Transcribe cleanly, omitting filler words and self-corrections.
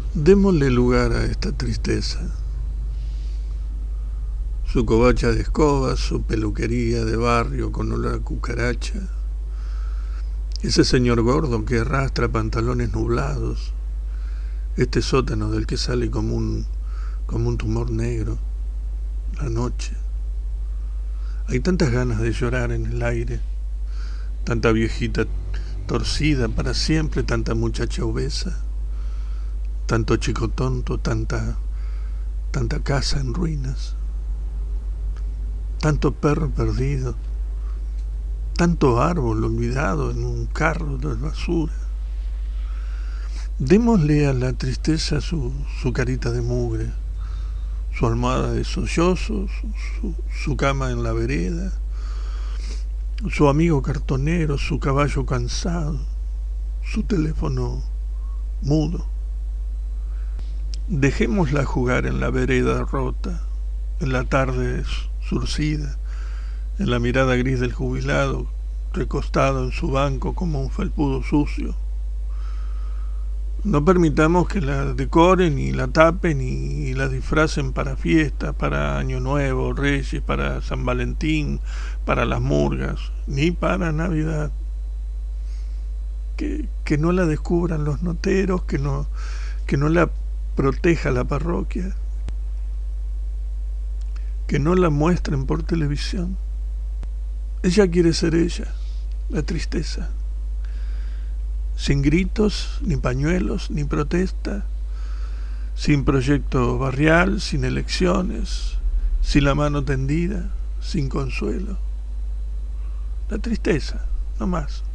Démosle lugar a esta tristeza. Su covacha de escobas, su peluquería de barrio con olor a cucaracha, ese señor gordo que arrastra pantalones nublados, este sótano del que sale como un tumor negro, la noche. Hay tantas ganas de llorar en el aire, tanta viejita torcida para siempre, tanta muchacha obesa, tanto chico tonto, tanta casa en ruinas, tanto perro perdido, tanto árbol olvidado en un carro de basura. Démosle a la tristeza su carita de mugre, su almohada de sollozos, su cama en la vereda, su amigo cartonero, su caballo cansado, su teléfono mudo. Dejémosla jugar en la vereda rota, en la tarde surcida, en la mirada gris del jubilado, recostado en su banco como un felpudo sucio. No permitamos que la decoren y la tapen y la disfracen para fiestas, para Año Nuevo, Reyes, para San Valentín, para las murgas, ni para Navidad. Que no la descubran los noteros, que no la proteja la parroquia, que no la muestren por televisión. Ella quiere ser ella, la tristeza. Sin gritos, ni pañuelos, ni protesta, sin proyecto barrial, sin elecciones, sin la mano tendida, sin consuelo. La tristeza, no más.